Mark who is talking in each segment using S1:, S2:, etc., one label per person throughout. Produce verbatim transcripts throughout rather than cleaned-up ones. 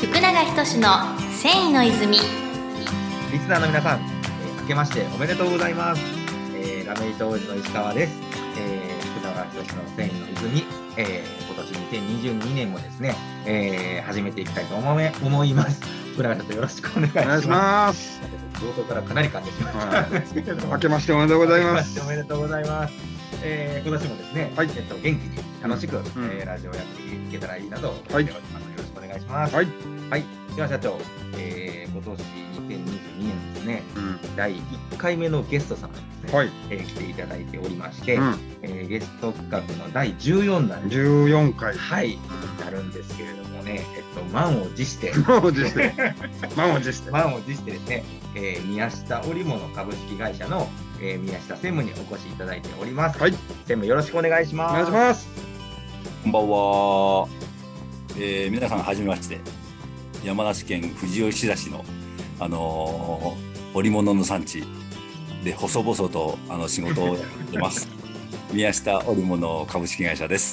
S1: 福永仁の繊維の泉。
S2: リスナーの皆さん、えー、明けましておめでとうございます。えー、ラメイト王子の石川です。えー、福永仁の繊維の泉、えー、今年にせんにじゅうにねんもですね、えー、始めていきたいと思い思います。福永さんとよろしくお願いします。お願いします。冒頭からかなり噛んでしまったんですけれども、
S3: 明けましておめでとうございます。
S2: おめでとうございます。えー、今年もですね、はい、えっと、元気に楽しく、うんえー、ラジオやっていけたらいいなと思っております、はい、よろしくお願いします。はい、はい、では社長、えー、今年にせんにじゅうにねんですね、うん、だいいっかいめのゲスト様ですね、はいえー、来ていただいておりまして、うんえー、ゲスト企画のだいじゅうよんだん
S3: じゅうよんかい
S2: はいなるんですけれどもね、えっと満を持して
S3: 満を持して満を持して
S2: 満を持してですね、えー、宮下織物株式会社のえー、宮下専務にお越しいただいております。はい、専務よろしくお願いします。
S3: お願いします。
S4: こんばんは。えー、皆さんはじめまして。山梨県富士吉田市のあのー、織物の産地で細々とあの仕事をやってます。宮下織物株式会社です。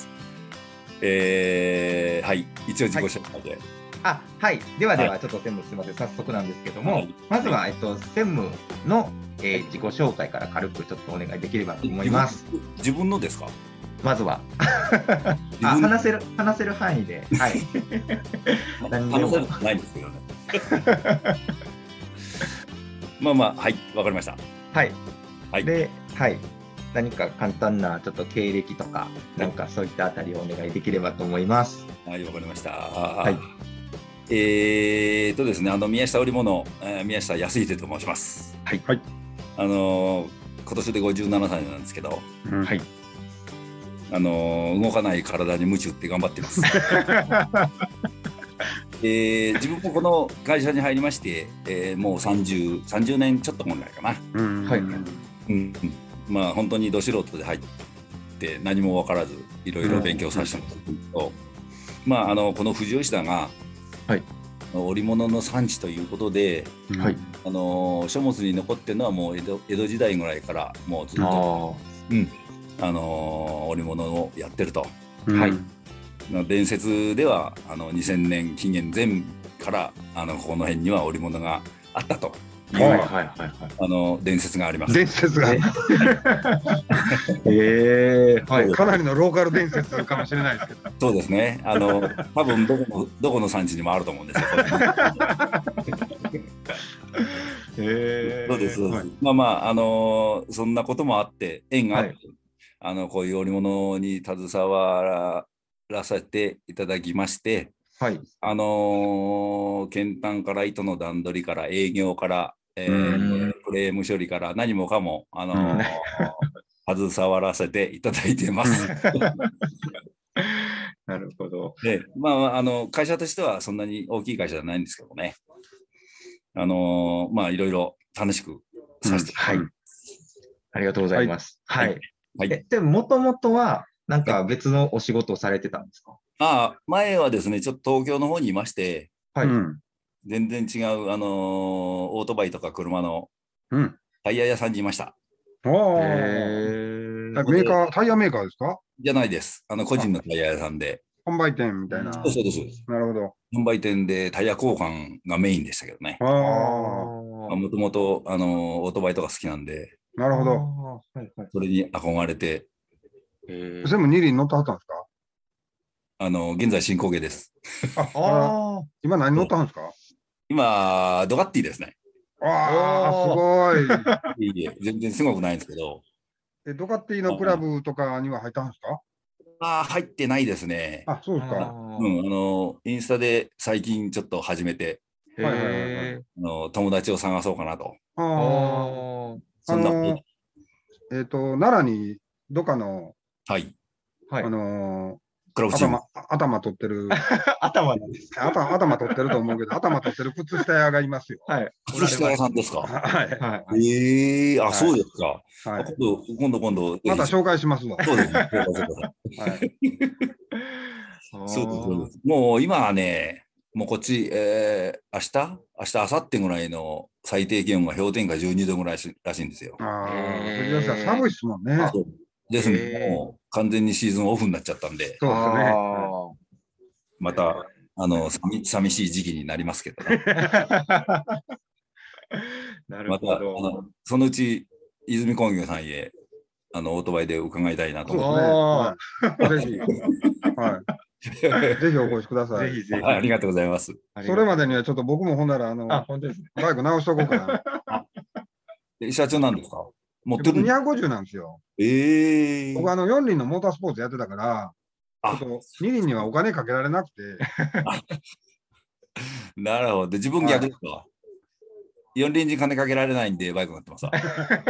S4: えー、はい、一応自己紹介で。はい
S2: あはい、ではでは、はい、ちょっと専務すみません、早速なんですけども、はい、まずは、えっと、専務の、えー、自己紹介から軽くちょっとお願いできればと思います。
S4: 自分のですか？
S2: まずはあ話せる話せる範囲で、はい、
S4: 何でも話せるないんですけどね。まあまあはい、わかりました。
S2: はい。はい、で、はい。何か簡単なちょっと経歴とか、なんかそういったあたりをお願いできればと思います。
S4: はい、わかりました。はい。えーとですね、あの宮下織物、えー、宮下康秀と申します。はい。はい。あのー、今年でごじゅうななさいなんですけど、うん、はい。あのー、動かない体に夢中って頑張っています。えー、自分もこの会社に入りまして、えー、もうさんじゅう、さんじゅうねんちょっともんないかな。うん。はい。うん。まあ本当にど素人で入って何も分からずいろいろ勉強させてもらったんですけど、まああのこの富士吉田がはい、織物の産地ということで、はい、あの書物に残ってるのはもう江戸、江戸時代ぐらいからもうずっとあ、うん、あの織物をやってると、はい、伝説ではあのにせんねん紀元前からあのこの辺には織物があったという、はいはいはいはい、あの伝説があります。
S3: 伝説が、えーはい、かなりのローカル伝説かもしれないですけど。
S4: そうですね。あの多分どこのどこの産地にもあると思うんですよ。えー、そうです。はい、まあまああのそんなこともあって縁があって、はい、あのこういう織物に携わらせていただきまして、はい、あの検単から糸の段取りから営業からえー、クレーム処理から何もかも、あのー、携わらせていただいてます。
S2: なるほど。
S4: で、まあ、あの会社としてはそんなに大きい会社じゃないんですけどね。あのー、まあいろいろ楽しくさせていただきます、うん。はい。
S2: ありがとうございます。はい。はいはい、えでも、もともとはなんか別のお仕事をされてたんですか？
S4: ああ、前はですね、ちょっと東京の方にいまして。はい。うん全然違う、あのー、オートバイとか車のタイヤ屋さんにいました。
S3: うん、メーカー、タイヤメーカーですか？
S4: じゃないです。あの個人のタイヤ屋さんで。
S3: 販売店みたいな。
S4: そうそうです。
S3: なるほど。
S4: 販売店でタイヤ交換がメインでしたけどね。もともと、あのー、オートバイとか好きなんで。
S3: なるほど。
S4: それに憧れて。
S3: 全部二輪乗ってはったんですか？
S4: あのー、現在進行形です。
S3: あ今何乗ってはんですか？
S4: 今、ドガッティですね。
S3: ああ、すごい。
S4: いいえ、全然すごくないんですけど。
S3: え、ドガッティのクラブとかには入ったんですか？
S4: ああ、入ってないですね。
S3: あ、そうですか。うん、あ
S4: の、インスタで最近ちょっと始めて、はいはいはい、あの友達を探そうかなと。あ
S3: そんな。あのー、えっと、奈良にどっかの、
S4: はい。
S3: あのー、
S4: 頭,
S3: 頭取ってる
S2: 頭なんですか？
S3: 頭頭取ってると思うけど頭取ってる靴下屋がいますよ。
S4: はい。靴下屋さんですか？
S3: はい。
S4: はい、ええー、あ、はい、そうですか。はい、今度今度今度
S3: また紹介しますわ。
S4: そうですね。はい。そうです。もう今はね、もうこっち、えー、明日明日明後日ぐらいの最低気温が氷点下じゅうにどぐらいらしいんですよ。
S3: ああ、藤吉さん寒いですもんね。
S4: ですね、もう完全にシーズンオフになっちゃったんで、
S3: そうですね。
S4: またあの寂寂しい時期になりますけど、ね、
S2: なるほど。
S4: またあのそのうち泉工業さんへあのオートバイで伺いたいなと思
S3: ってます。ぜひ、はい、ぜひお越しください。
S2: ぜひぜひ、
S4: はい。ありがとうございます。
S3: それまでにはちょっと僕もほんならあの
S2: あ本当です、ね、
S3: バイク直しとこうか
S4: な。社長なんですか？
S3: 持ってるにひゃくごじゅうなんですよ。
S4: ええー。
S3: 僕あのよん輪のモータースポーツやってたから、あとに輪にはお金かけられなくて。
S4: なるほど。自分逆ですか？はい、よん輪に金かけられないんでバイク乗ってます。な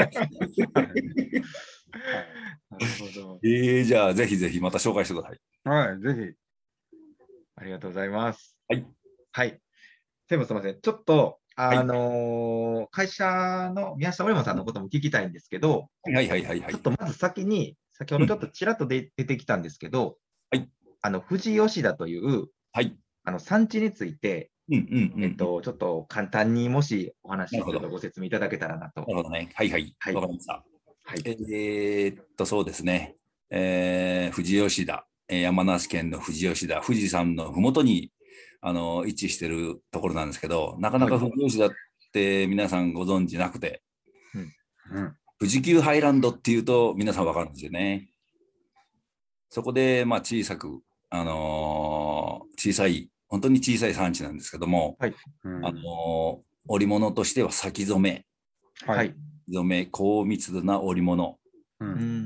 S4: るほど。ええー、じゃあぜひぜひまた紹介してください。
S3: はい、ぜ
S2: ひ。ありがとうございます。
S4: はい。
S2: はい。でもすみません。ちょっと、あのーはい、会社の宮下織山さんのことも聞きたいんですけど、
S4: はいはいはいはい。
S2: ちょっとまず先に、先ほどちょっとちらっとで、うん、出てきたんですけど、はい。あの、富士吉田という、
S4: はい。
S2: あの、産地について、
S4: うんうんうん、
S2: えっと、ちょっと簡単にもしお話をご説明いただけたらなと。
S4: なるほどね。はいはい。わ、はい、かりました。はい、えー、っと、そうですね。えー、富士吉田、山梨県の富士吉田、富士山のふもとにあの位置しているところなんですけど、なかなか富士吉田って皆さんご存知なくて、はい、うん、富士急ハイランドっていうと皆さんわかるんですよね。そこで、まあ、小さく、あのー、小さい、本当に小さい産地なんですけども、はい、うん、あのー、織物としては先染め、はい、染め、高密度な織物、うん、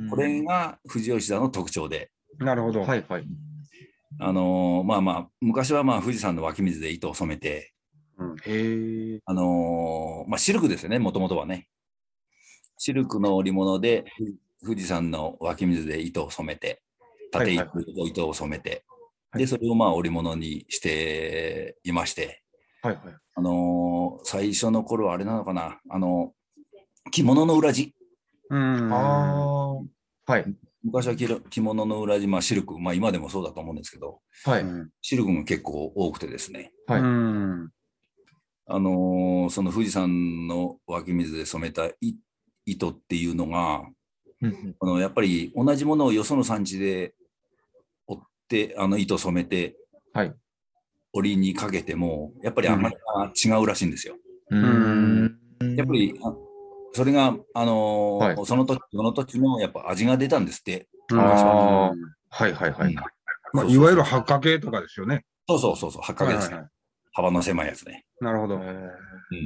S4: これが富士吉田の特徴で。
S3: なるほど。
S2: はいはい。
S4: あのー、まあまあ、昔はまあ富士山の湧き水で糸を染めて、うん、へあのー、まあ、シルクですよね、もともとはね。シルクの織物で富士山の湧き水で糸を染めて、縦糸、糸を染めて、はい、で、それをまあ織物にしていまして、はいはい、あのー、最初の頃はあれなのかな、あのー、着物の裏地。
S2: うん、あはい。
S4: 昔は着物の裏地、まあ、シルク、まあ、今でもそうだと思うんですけど、はい、シルクが結構多くてですね、はい、うんあのー、その富士山の湧き水で染めた糸っていうのが、うん、あのやっぱり同じものをよその産地で織ってあの糸染めて、はい、織にかけてもやっぱりあんまり違うらしいんですよ。うんやっぱりそれが、あのーはい、その時その時のやっぱ味が出たんですって。
S2: ああ、はいはいはい。うん
S3: まあ、いわゆる八掛系とかですよね。
S4: そうそうそうそう、八掛系ですね、はいはいはい。幅の狭いやつね。
S3: なるほど。
S4: うん、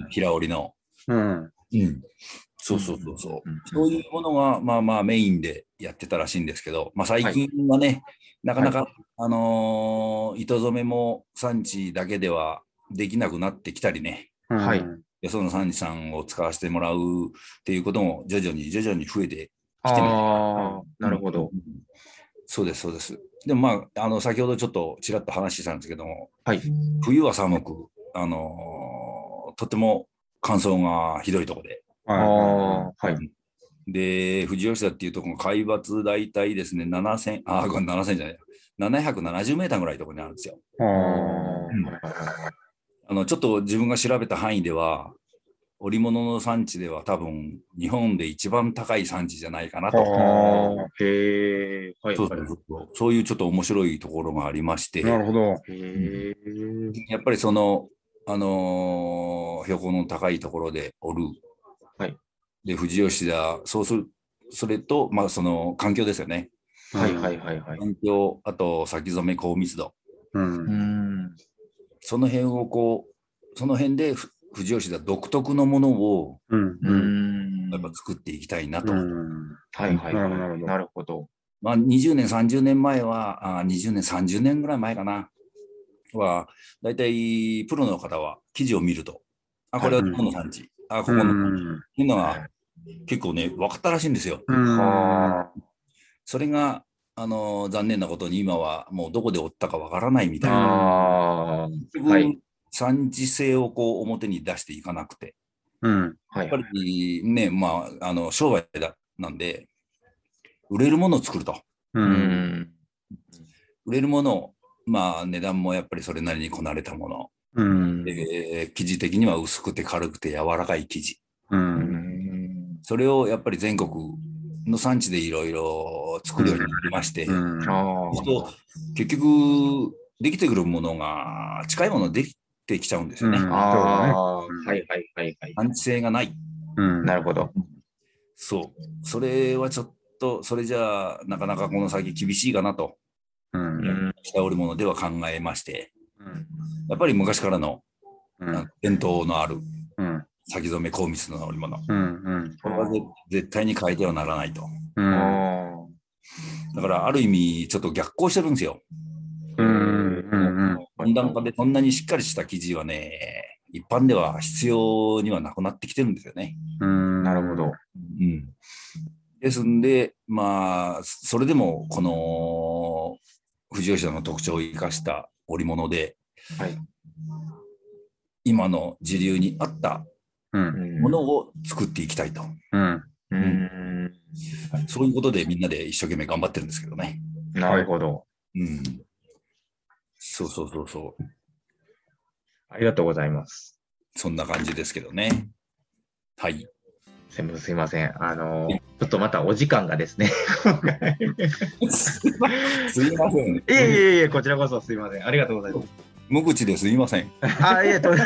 S4: 平織りの。うん。うん。そうそうそうそう。うん、そういうものが、まあまあメインでやってたらしいんですけど、まあ最近はね、はい、なかなか、はい、あのー、糸染めも産地だけではできなくなってきたりね。はい。よその産地さんを使わせてもらうっていうことも徐々に徐々に増えてきてます。
S2: ああ、なるほど、うん。
S4: そうです、そうです。でもまあ、あの先ほどちょっとちらっと話したんですけども、はい、冬は寒く、あのー、とても乾燥がひどいところで。あはい、で、富士吉田っていうところの海抜大体ですね、ななせん、あ、これななせんじゃない、ななひゃくななじゅうメーターぐらいのところにあるんですよ。あうんあのちょっと自分が調べた範囲では、織物の産地では多分日本で一番高い産地じゃないかなと。
S2: へはい、
S4: そうそうそう。そういうちょっと面白いところがありまして。
S3: なるほど。
S4: へやっぱりその、あのー、標高の高いところで織る。はい、で、富士吉田、そうする、それと、まあその環境ですよね。
S2: はいはいはいはい。
S4: 環境、あと先染め高密度。うん。うんその辺をこう、その辺で富士吉田独特のものを、うんうん、やっぱ作っていきたいなと。はい
S2: はいはい。なるほど。
S4: まあ、にじゅうねん、さんじゅうねんまえは、あにじゅうねん、さんじゅうねんぐらい前かな。は、だいたいプロの方は記事を見ると、あ、これはどこの産地、あ、ここの産地っていうのが結構ね、分かったらしいんですよ。それが、あの残念なことに今はもうどこで織ったかわからないみたいな。はい、産地性をこう表に出していかなくて、うん、やっぱりね、まあ、あの商売だなんで売れるものを作ると、うん、売れるものを、まあ、値段もやっぱりそれなりにこなれたもの、うんえー、生地的には薄くて軽くて柔らかい生地、うん、それをやっぱり全国の産地でいろいろ作るようになりまして、うんうん、結局できてくるものが近いものできてきちゃうんですよね。
S2: うん、ああ、うん、はいはいはいはい。
S4: 安定性がない。
S2: うん、なるほど。
S4: そう。それはちょっと、それじゃあ、なかなかこの先厳しいかなと、うん、した織物では考えまして、うん、やっぱり昔からの、うん、伝統のある、うん、先染め高密の織物、うんうん、これは絶対に変えてはならないと。うん、だから、ある意味、ちょっと逆行してるんですよ。温暖化でそんなにしっかりした生地はね、一般では必要にはなくなってきてるんですよね。
S2: うん、なるほど。
S4: うん、ですんで、まあ、それでも、この富士吉田の特徴を生かした織物で、はい、今の時流に合ったものを作っていきたいと。うんうん、そういうことでみんなで一生懸命頑張ってるんですけどね。
S2: なるほど。
S4: うん、そうそうそうそう。
S2: ありがとうございます。
S4: そんな感じですけどね。はい。
S2: すみません。あのー、ちょっとまたお時間がですね。
S4: すいません。い
S2: えいえいえ、こちらこそすいません。ありがとうございます。
S4: 無口ですいません。
S2: あ、いえと、はい、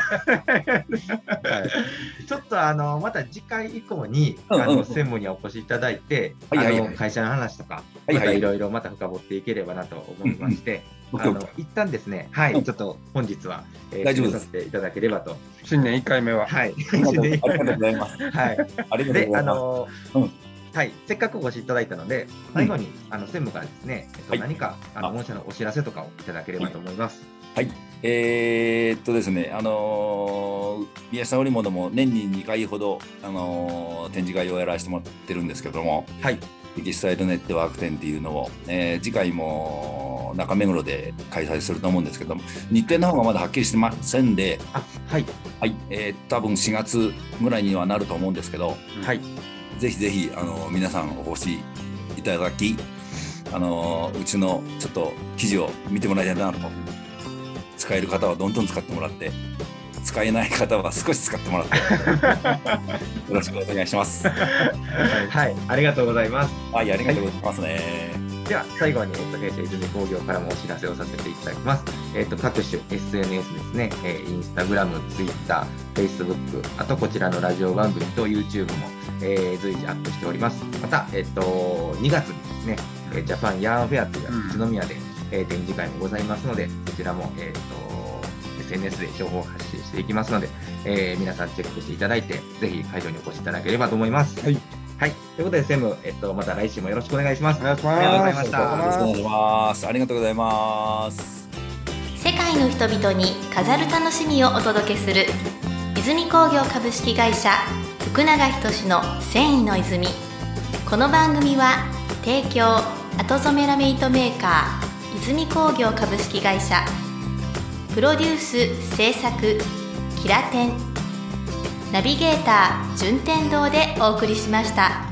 S2: ちょっとあのまた次回以降に、うんうん、あの専務にお越しいただいて、はいはいはい、あの会社の話とか、はいはい、またいろいろまた深掘っていければなと思いまして、うんうん、あの一旦ですね、はい、うん、ちょっと本日は、えー、
S4: 大丈夫です。
S2: させていただければと。
S3: 新年いっかいめは。
S2: はい。
S4: ありがとうございます。
S2: はい。
S4: ありがとうございます。で、あの
S2: ー、うんはい、せっかくお越しいただいたので、最後に、うん、あの専務からですね、えっと、はい、何かあの御社のお知らせとかをいただければと思います。
S4: はい、はい、えー、っとですね、あのー、宮下織物も年ににかいほど、あのー、展示会をやらせてもらってるんですけども、はい、テキスタイルネットワーク展っていうのを、えー、次回も中目黒で開催すると思うんですけども、日程の方がまだはっきりしてませんで、あ、はい、はい、えー、多分しがつぐらいにはなると思うんですけど、はい。ぜひぜひあの皆さんお越しいただき、あのうちのちょっと記事を見てもらいたいなと。使える方はどんどん使ってもらって、使えない方は少し使ってもらってよろしくお願いします。
S2: はい、ありがとうございます。
S4: はい、ありがとうございますね。
S2: はい、では最後に、えっと、弊社泉工業からもお知らせをさせていただきます。えっと、各種 エスエヌエス ですね、えー、インスタグラム、ツイッター、フェイスブック、あとこちらのラジオ番組と YouTube も、えー、随時アップしております。また、えっと、にがつにですね、ジャパンヤーンフェアという宇都宮で、うんえー、展示会もございますので、こちらも、えー、と エスエヌエス で情報を発信していきますので、えー、皆さんチェックしていただいて、ぜひ会場にお越しいただければと思います。はい。はい、ということで、専務、えっと、また来週もよろしくお願いします。
S3: お願いします。
S2: ありがとうございました。
S4: よろしくお願いします。ありがとうございます。
S1: 世界の人々に飾る楽しみをお届けする泉工業株式会社福永仁の繊維の泉。この番組は提供後染めラメ糸メーカー泉工業株式会社、プロデュース制作キラテン、ナビゲーター順天堂でお送りしました。